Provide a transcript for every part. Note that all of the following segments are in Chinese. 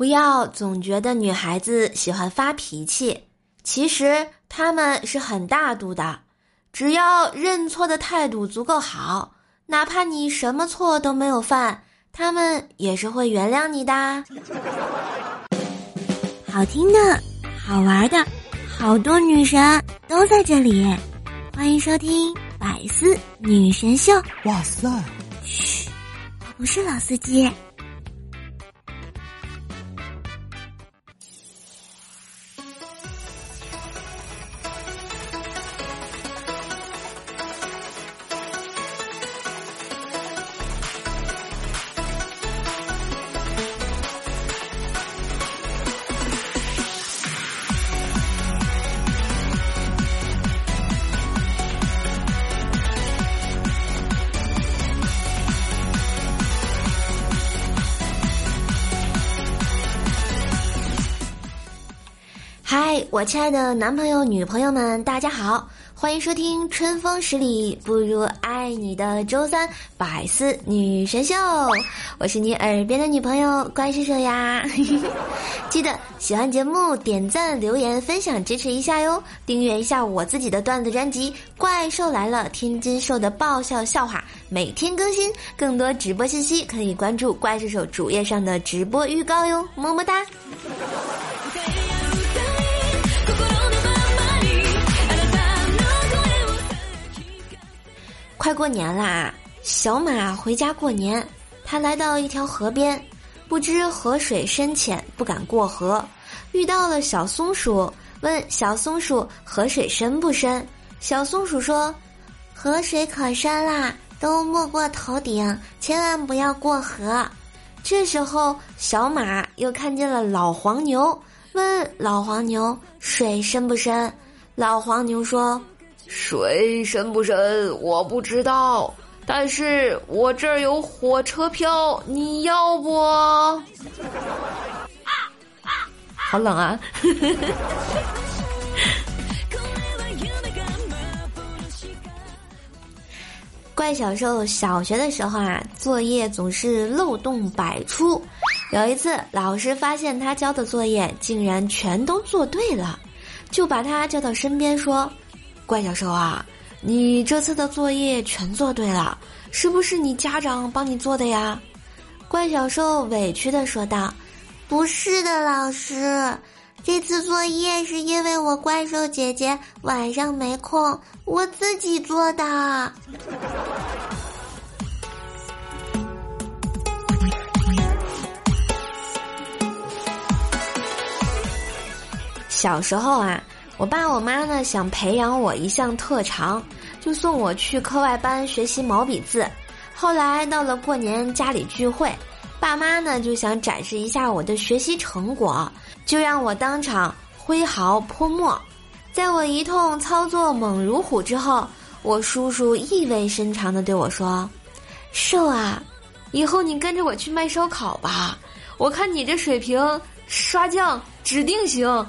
不要总觉得女孩子喜欢发脾气，其实她们是很大度的，只要认错的态度足够好，哪怕你什么错都没有犯，她们也是会原谅你的。 好听的，好玩的，好多女神都在这里，欢迎收听百思女神秀。 哇塞， 嘘，我不是老司机。 嗨，我亲爱的男朋友女朋友们，大家好，欢迎收听春风十里不如爱你的周三百思女神秀，我是你耳边的女朋友怪兽兽呀。记得喜欢节目点赞留言分享支持一下哟，订阅一下我自己的段子专辑怪兽来了天津兽的爆笑笑话，每天更新，更多直播信息可以关注怪兽兽主页上的直播预告哟，么么哒。快过年啦，小马回家过年，他来到一条河边，不知河水深浅，不敢过河，遇到了小松鼠，问小松鼠河水深不深。小松鼠说，河水可深啦，都没过头顶，千万不要过河。这时候小马又看见了老黄牛，问老黄牛水深不深。老黄牛说， 水深不深我不知道，但是我这儿有火车票，你要不？ 好冷啊。怪小兽小学的时候啊，作业总是漏洞百出。有一次老师发现他交的作业竟然全都做对了，就把他叫到身边说，怪小兽啊，你这次的作业全做对了，是不是你家长帮你做的呀？怪小兽委屈地说道，不是的老师，这次作业是因为我怪兽姐姐晚上没空，我自己做的。小时候啊，我爸我妈呢想培养我一项特长，就送我去课外班学习毛笔字。后来到了过年家里聚会，爸妈呢就想展示一下我的学习成果，就让我当场挥毫泼墨。在我一通操作猛如虎之后，我叔叔意味深长地对我说，瘦啊，以后你跟着我去卖烧烤吧，我看你这水平刷酱指定行。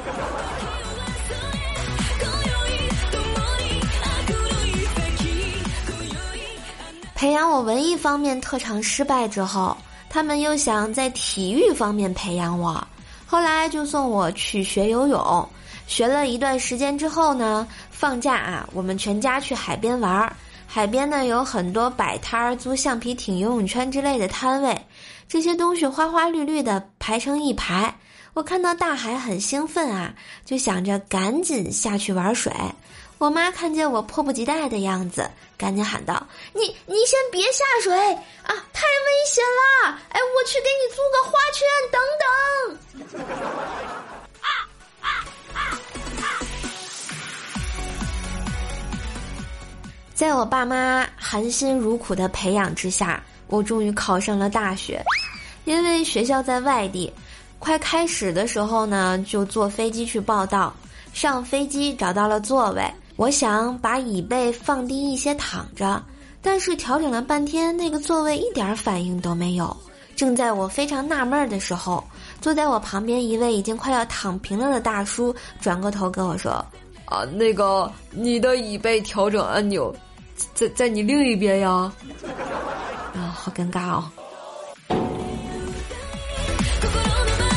培养我文艺方面特长失败之后，他们又想在体育方面培养我，后来就送我去学游泳。学了一段时间之后呢，放假啊，我们全家去海边玩。海边呢有很多摆摊租橡皮艇、游泳圈之类的摊位，这些东西花花绿绿的排成一排。我看到大海很兴奋啊，就想着赶紧下去玩水。我妈看见我迫不及待的样子，赶紧喊道，你先别下水啊，太危险了，哎，我去给你租个花圈等等。在我爸妈含辛茹苦的培养之下，我终于考上了大学。因为学校在外地，快开始的时候呢，就坐飞机去报到。上飞机找到了座位，我想把椅背放低一些躺着，但是调整了半天，那个座位一点反应都没有。正在我非常纳闷的时候，坐在我旁边一位已经快要躺平了的大叔转过头跟我说， 啊，那个你的椅背调整按钮在你另一边呀。 啊，好尴尬哦。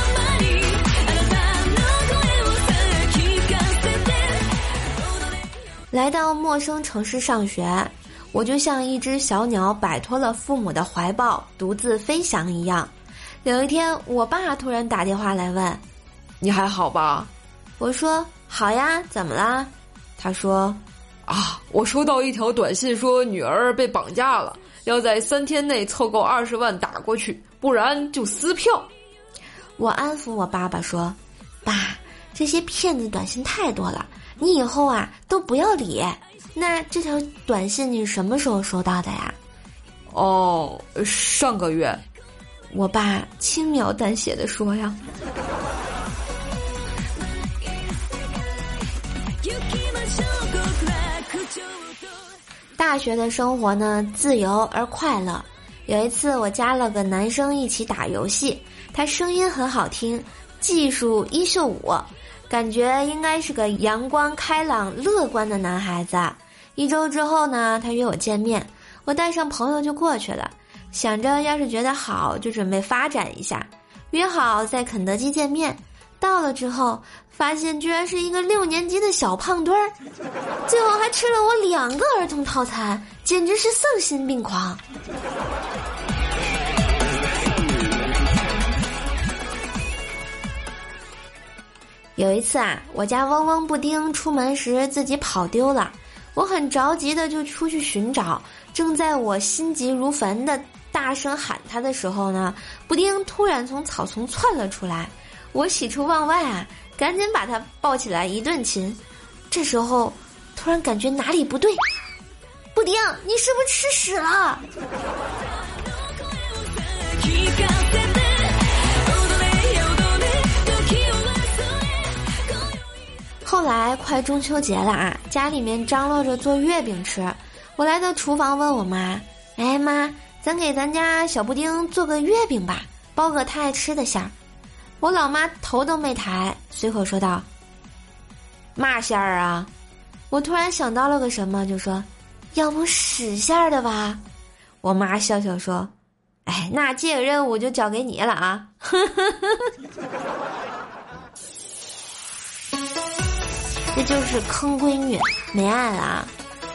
来到陌生城市上学，我就像一只小鸟摆脱了父母的怀抱，独自飞翔一样。有一天，我爸突然打电话来问：“ 你还好吧？” 我说：“好呀，怎么啦？”他说：“ 我收到一条短信说女儿被绑架了，要在3天内凑够20万打过去，不然就撕票。” 我安抚我爸爸说：“爸，这些骗子短信太多了，你以后都不要理。那这条短信你什么时候收到的呀？” 上个月。 我爸轻描淡写地说呀。大学的生活呢，自由而快乐。有一次我加了个男生一起打游戏，他声音很好听，技术1秀5，感觉应该是个阳光开朗乐观的男孩子。1周之后呢，他约我见面，我带上朋友就过去了，想着要是觉得好就准备发展一下，约好在肯德基见面。到了之后发现居然是一个6年级的小胖墩儿，最后还吃了我2个儿童套餐，简直是丧心病狂。有一次我家嗡嗡布丁出门时自己跑丢了，我很着急的就出去寻找，正在我心急如焚的大声喊他的时候呢，布丁突然从草丛窜了出来，我喜出望外赶紧把他抱起来一顿亲。这时候突然感觉哪里不对，布丁，你是不是吃屎了？后来快中秋节了家里面张罗着做月饼吃，我来到厨房问我妈：“哎妈，咱给咱家小布丁做个月饼吧，包个他爱吃的馅儿。”我老妈头都没抬，随口说道：“嘛馅儿啊？”我突然想到了个什么，就说：“要不屎馅儿的吧？”我妈笑笑说：“哎，那这个任务就交给你了啊。”这就是坑闺女，没爱了。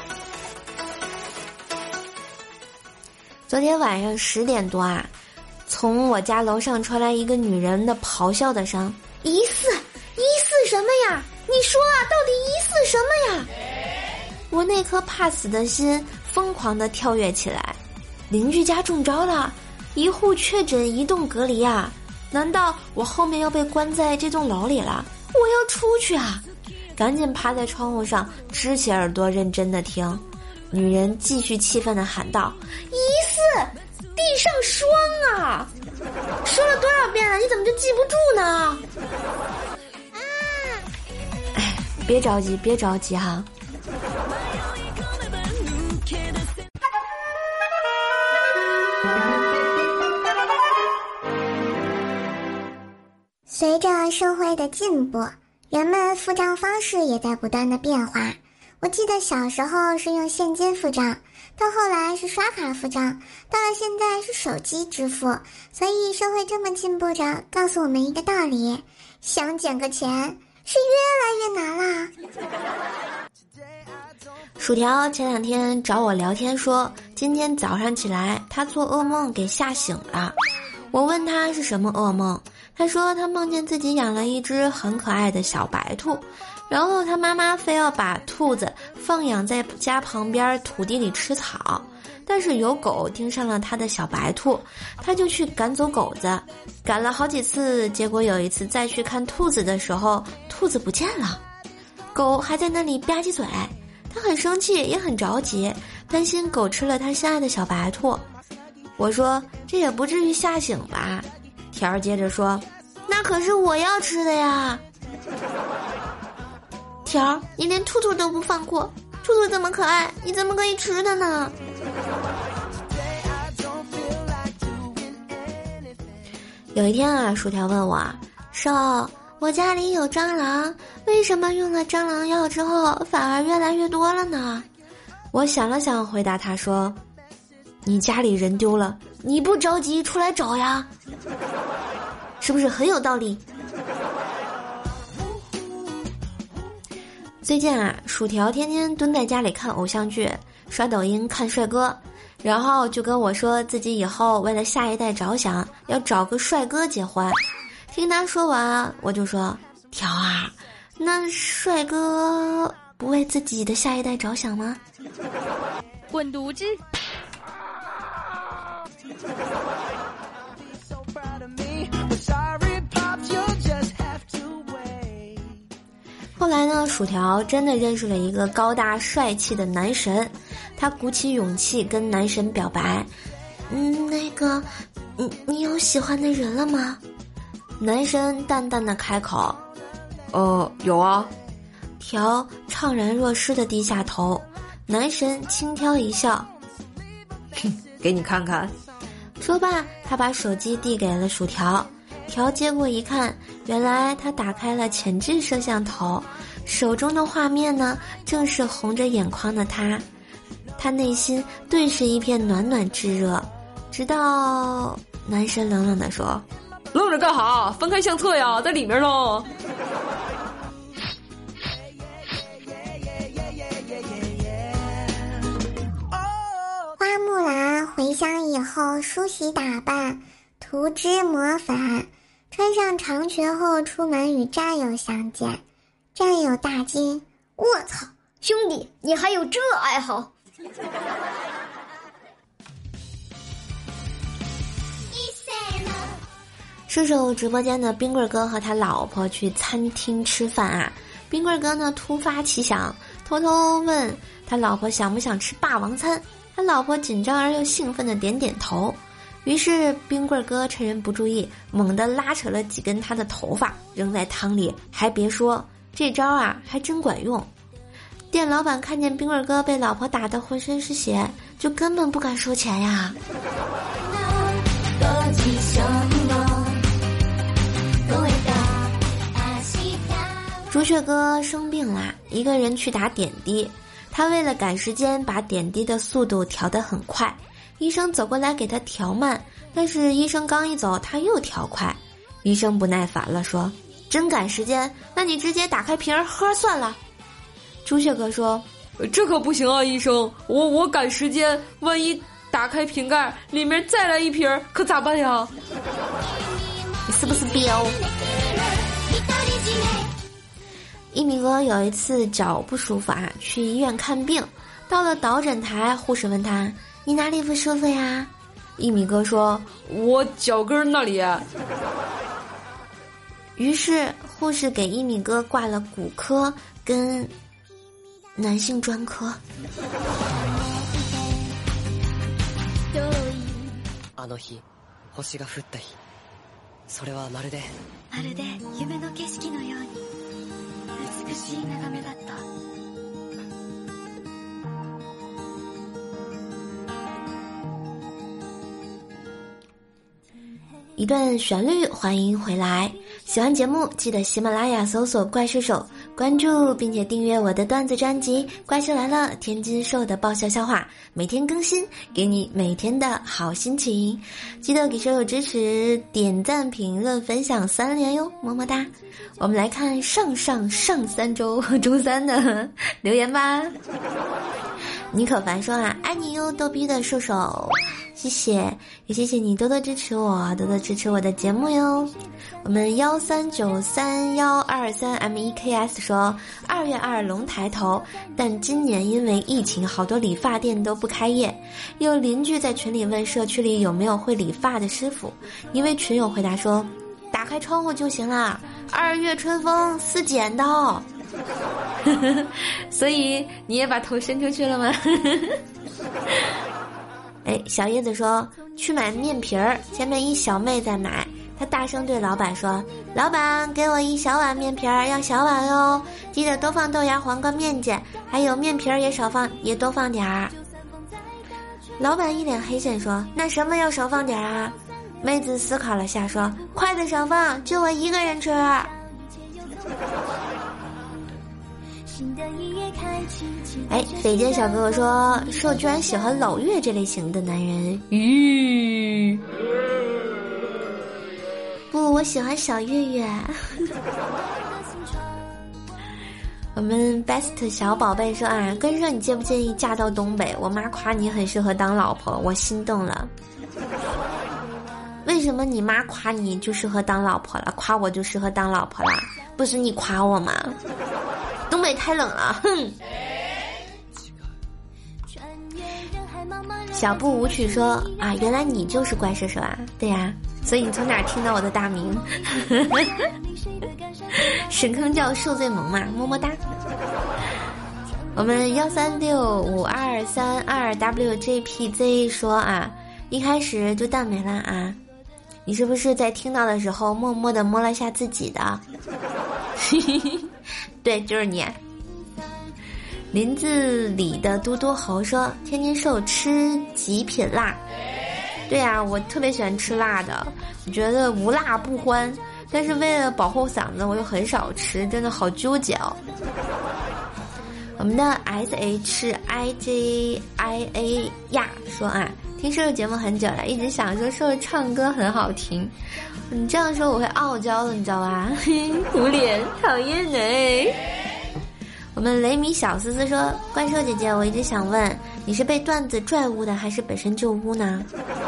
昨天晚上10点多从我家楼上传来一个女人的咆哮的声：“疑似什么呀？你说到底疑似什么呀？”我那颗怕死的心疯狂地跳跃起来。邻居家中招了，1户确诊移动隔离难道我后面要被关在这栋楼里了？我要出去赶紧趴在窗户上支起耳朵认真地听。女人继续气愤地喊道：“疑似地上霜说了多少遍了，你怎么就记不住呢？”哎，别着急哈。 随着社会的进步，人们付账方式也在不断的变化。我记得小时候是用现金付账，到后来是刷卡付账，到了现在是手机支付。所以社会这么进步着，告诉我们一个道理：想捡个钱是越来越难啦。 薯条前2天找我聊天说，今天早上起来他做噩梦给吓醒了。我问他是什么噩梦，他说他梦见自己养了一只很可爱的小白兔，然后他妈妈非要把兔子放养在家旁边土地里吃草，但是有狗盯上了他的小白兔，他就去赶走狗子，赶了好几次，结果有一次再去看兔子的时候，兔子不见了，狗还在那里吧唧嘴，他很生气也很着急，担心狗吃了他心爱的小白兔。我说这也不至于吓醒吧。条儿接着说，那可是我要吃的呀。条儿，你连兔兔都不放过，兔兔这么可爱，你怎么可以吃的呢？有一天薯条问我，瘦，我家里有蟑螂，为什么用了蟑螂药之后反而越来越多了呢？我想了想回答他说，你家里人丢了，你不着急出来找呀，是不是很有道理？ 最近啊，薯条天天蹲在家里看偶像剧，刷抖音看帅哥，然后就跟我说自己以后为了下一代着想，要找个帅哥结婚。听他说完，我就说：条啊，那帅哥不为自己的下一代着想吗？ 滚犊子！ 后来呢，薯条真的认识了一个高大帅气的男神，他鼓起勇气跟男神表白：你有喜欢的人了吗？男神淡淡的开口： 有啊。 条怅然若失的低下头，男神轻佻一笑： 给你看看。 说罢，他把手机递给了薯条，条接过一看，原来他打开了前置摄像头，手中的画面呢，正是红着眼眶的他内心顿时一片暖暖炙热，直到男神冷冷地说： 愣着干哈？翻开相册呀，在里面喽。 花木兰回乡以后梳洗打扮，涂脂抹粉，穿上长裙后出门与战友相见。战友大惊：我操，兄弟，你还有这爱好？ 射手直播间的冰棍哥和他老婆去餐厅吃饭啊，冰棍哥呢突发奇想，偷偷问他老婆想不想吃霸王餐，他老婆紧张而又兴奋的点点头。于是冰棍哥趁人不注意，猛地拉扯了几根他的头发扔在汤里，还别说，这招啊还真管用。店老板看见冰棍哥被老婆打得浑身是血，就根本不敢收钱呀。朱雀哥生病啦，一个人去打点滴，他为了赶时间把点滴的速度调得很快，医生走过来给他调慢，但是医生刚一走他又调快，医生不耐烦了说：真赶时间，那你直接打开瓶喝算了。朱雀哥说： 这可不行啊，医生，我赶时间，万一打开瓶盖里面再来一瓶可咋办呀？ 你是不是彪？一米哥有一次脚不舒服啊，去医院看病，到了导诊台，护士问他：你哪里不舒服呀？一米哥说： 我脚跟那里。 于是护士给一米哥挂了骨科跟男性专科。 あの日、星が降った日、それはまるで夢の景色のように美しい眺めだった。 一段旋律，欢迎回来。喜欢节目记得喜马拉雅搜索怪兽手，关注并且订阅我的段子专辑《怪兽来了》，天津兽的爆笑笑话每天更新，给你每天的好心情。记得给舍友支持，点赞评论分享3连哟，么么哒。我们来看上3周周3的留言吧。倪可凡说啊，爱你哟，逗逼的兽手，谢谢，也谢谢你多多支持我，多多支持我的节目哟。我们1393123MEKS 说，2月2龙抬头，但今年因为疫情，好多理发店都不开业。有邻居在群里问社区里有没有会理发的师傅，一位群友回答说，打开窗户就行啦，2月春风似剪刀。所以你也把头伸出去了吗？哎，小叶子说去买面皮儿，前面一小妹在买，她大声对老板说，老板给我1小碗面皮儿，要小碗哟，记得多放豆芽黄瓜面筋，还有面皮儿也多放点儿。老板一脸黑线说，那什么要少放点啊？妹子思考了下说，筷子少放，就我一个人吃。哎，匪间小哥哥说，兽居然喜欢老岳这类型的男人。 咦， 不，我喜欢小岳岳。 我们 best 小宝贝说啊，跟说你介不介意嫁到东北？我妈夸你很适合当老婆，我心动了。为什么你妈夸你就适合当老婆了，夸我就适合当老婆啦？不是你夸我吗？东北太冷了，哼。小步舞曲说啊，原来你就是怪兽兽啊？对呀，所以你从哪儿听到我的大名？神坑叫受罪萌嘛，么么哒。我们1365232WJPZ 说啊，一开始就弹没了啊，你是不是在听到的时候默默地摸了下自己的？对，就是你。林子里的嘟嘟猴说，天津瘦吃极品辣。对啊，我特别喜欢吃辣的，我觉得无辣不欢，但是为了保护嗓子我又很少吃，真的好纠结哦。我们的 SHIJIA 呀说啊，听瘦瘦节目很久了，一直想说瘦瘦唱歌很好听，你这样说我会傲娇的，你知道吧？无脸讨厌哎。我们雷米小思思说，怪兽姐姐，我一直想问，你是被段子拽污的还是本身就污呢？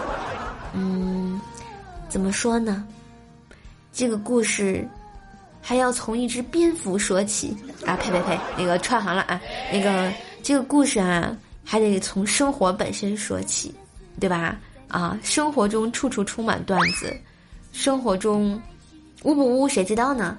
怎么说呢，这个故事还要从一只蝙蝠说起啊！呸，那个串行了啊！那个这个故事啊，还得从生活本身说起，对吧？啊，生活中处处充满段子，生活中污不污谁知道呢？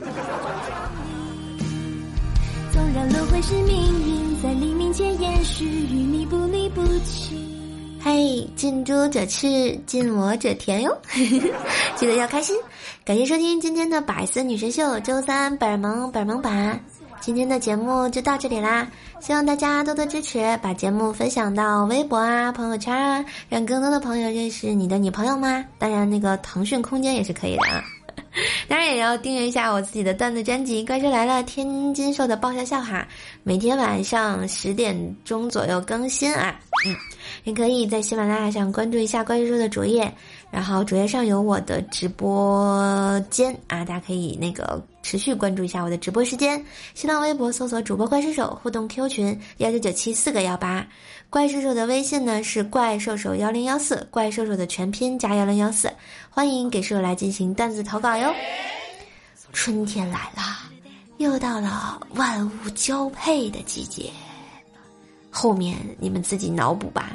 纵然轮回是命运，在黎明前延续，与你不离不弃。 嘿，近朱者赤，近我者甜哟！记得要开心。感谢收听今天的百思女神秀周三本萌版。今天的节目就到这里啦，希望大家多多支持，把节目分享到微博啊、朋友圈啊，让更多的朋友认识你的女朋友吗？当然，那个腾讯空间也是可以的啊。当然也要订阅一下我自己的段子专辑《怪兽来了》，天津兽的爆笑笑话，每天晚上10点钟左右更新啊。也可以在喜马拉雅上关注一下怪兽兽的主页，然后主页上有我的直播间啊，大家可以那个持续关注一下我的直播时间。新浪微博搜索主播怪兽手，互动 Q 群1997418，怪兽手的微信呢是怪兽手1014，怪兽手的全拼加1014，欢迎给兽来进行段子投稿哟。春天来了，又到了万物交配的季节，后面你们自己脑补吧。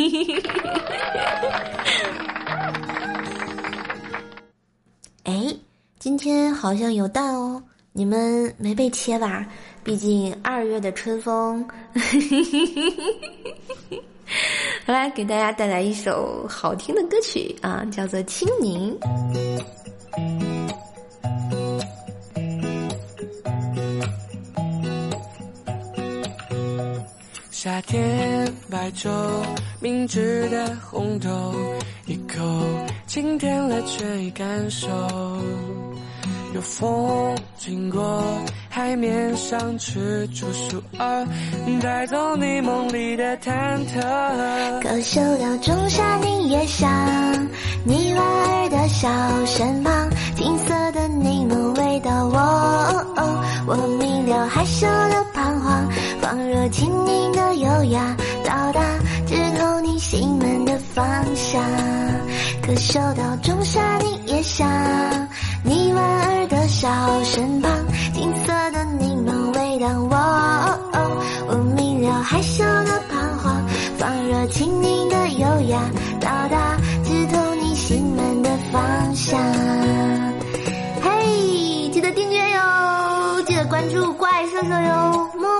哎，今天好像有蛋哦，你们没被切吧？毕竟2月的春风。好啦，给大家带来一首好听的歌曲啊，叫做《青柠》。 夏天白粥，明治的红豆，一口清甜了却已感受。有风经过，海面上吃出树儿，带走你梦里的忐忑。 可嗅到仲夏柠叶香，你莞尔的笑身旁，金色的柠檬味道，我明了害羞的彷徨，放热轻盈的优雅，到达直通你心门的方向。可嗅到仲夏柠叶香，你莞尔的笑身旁，金色的柠檬味道，我明了害羞的彷徨，放热轻盈的优雅，到达直通你心门的方向。嘿，记得订阅哟，记得关注怪兽兽哟，么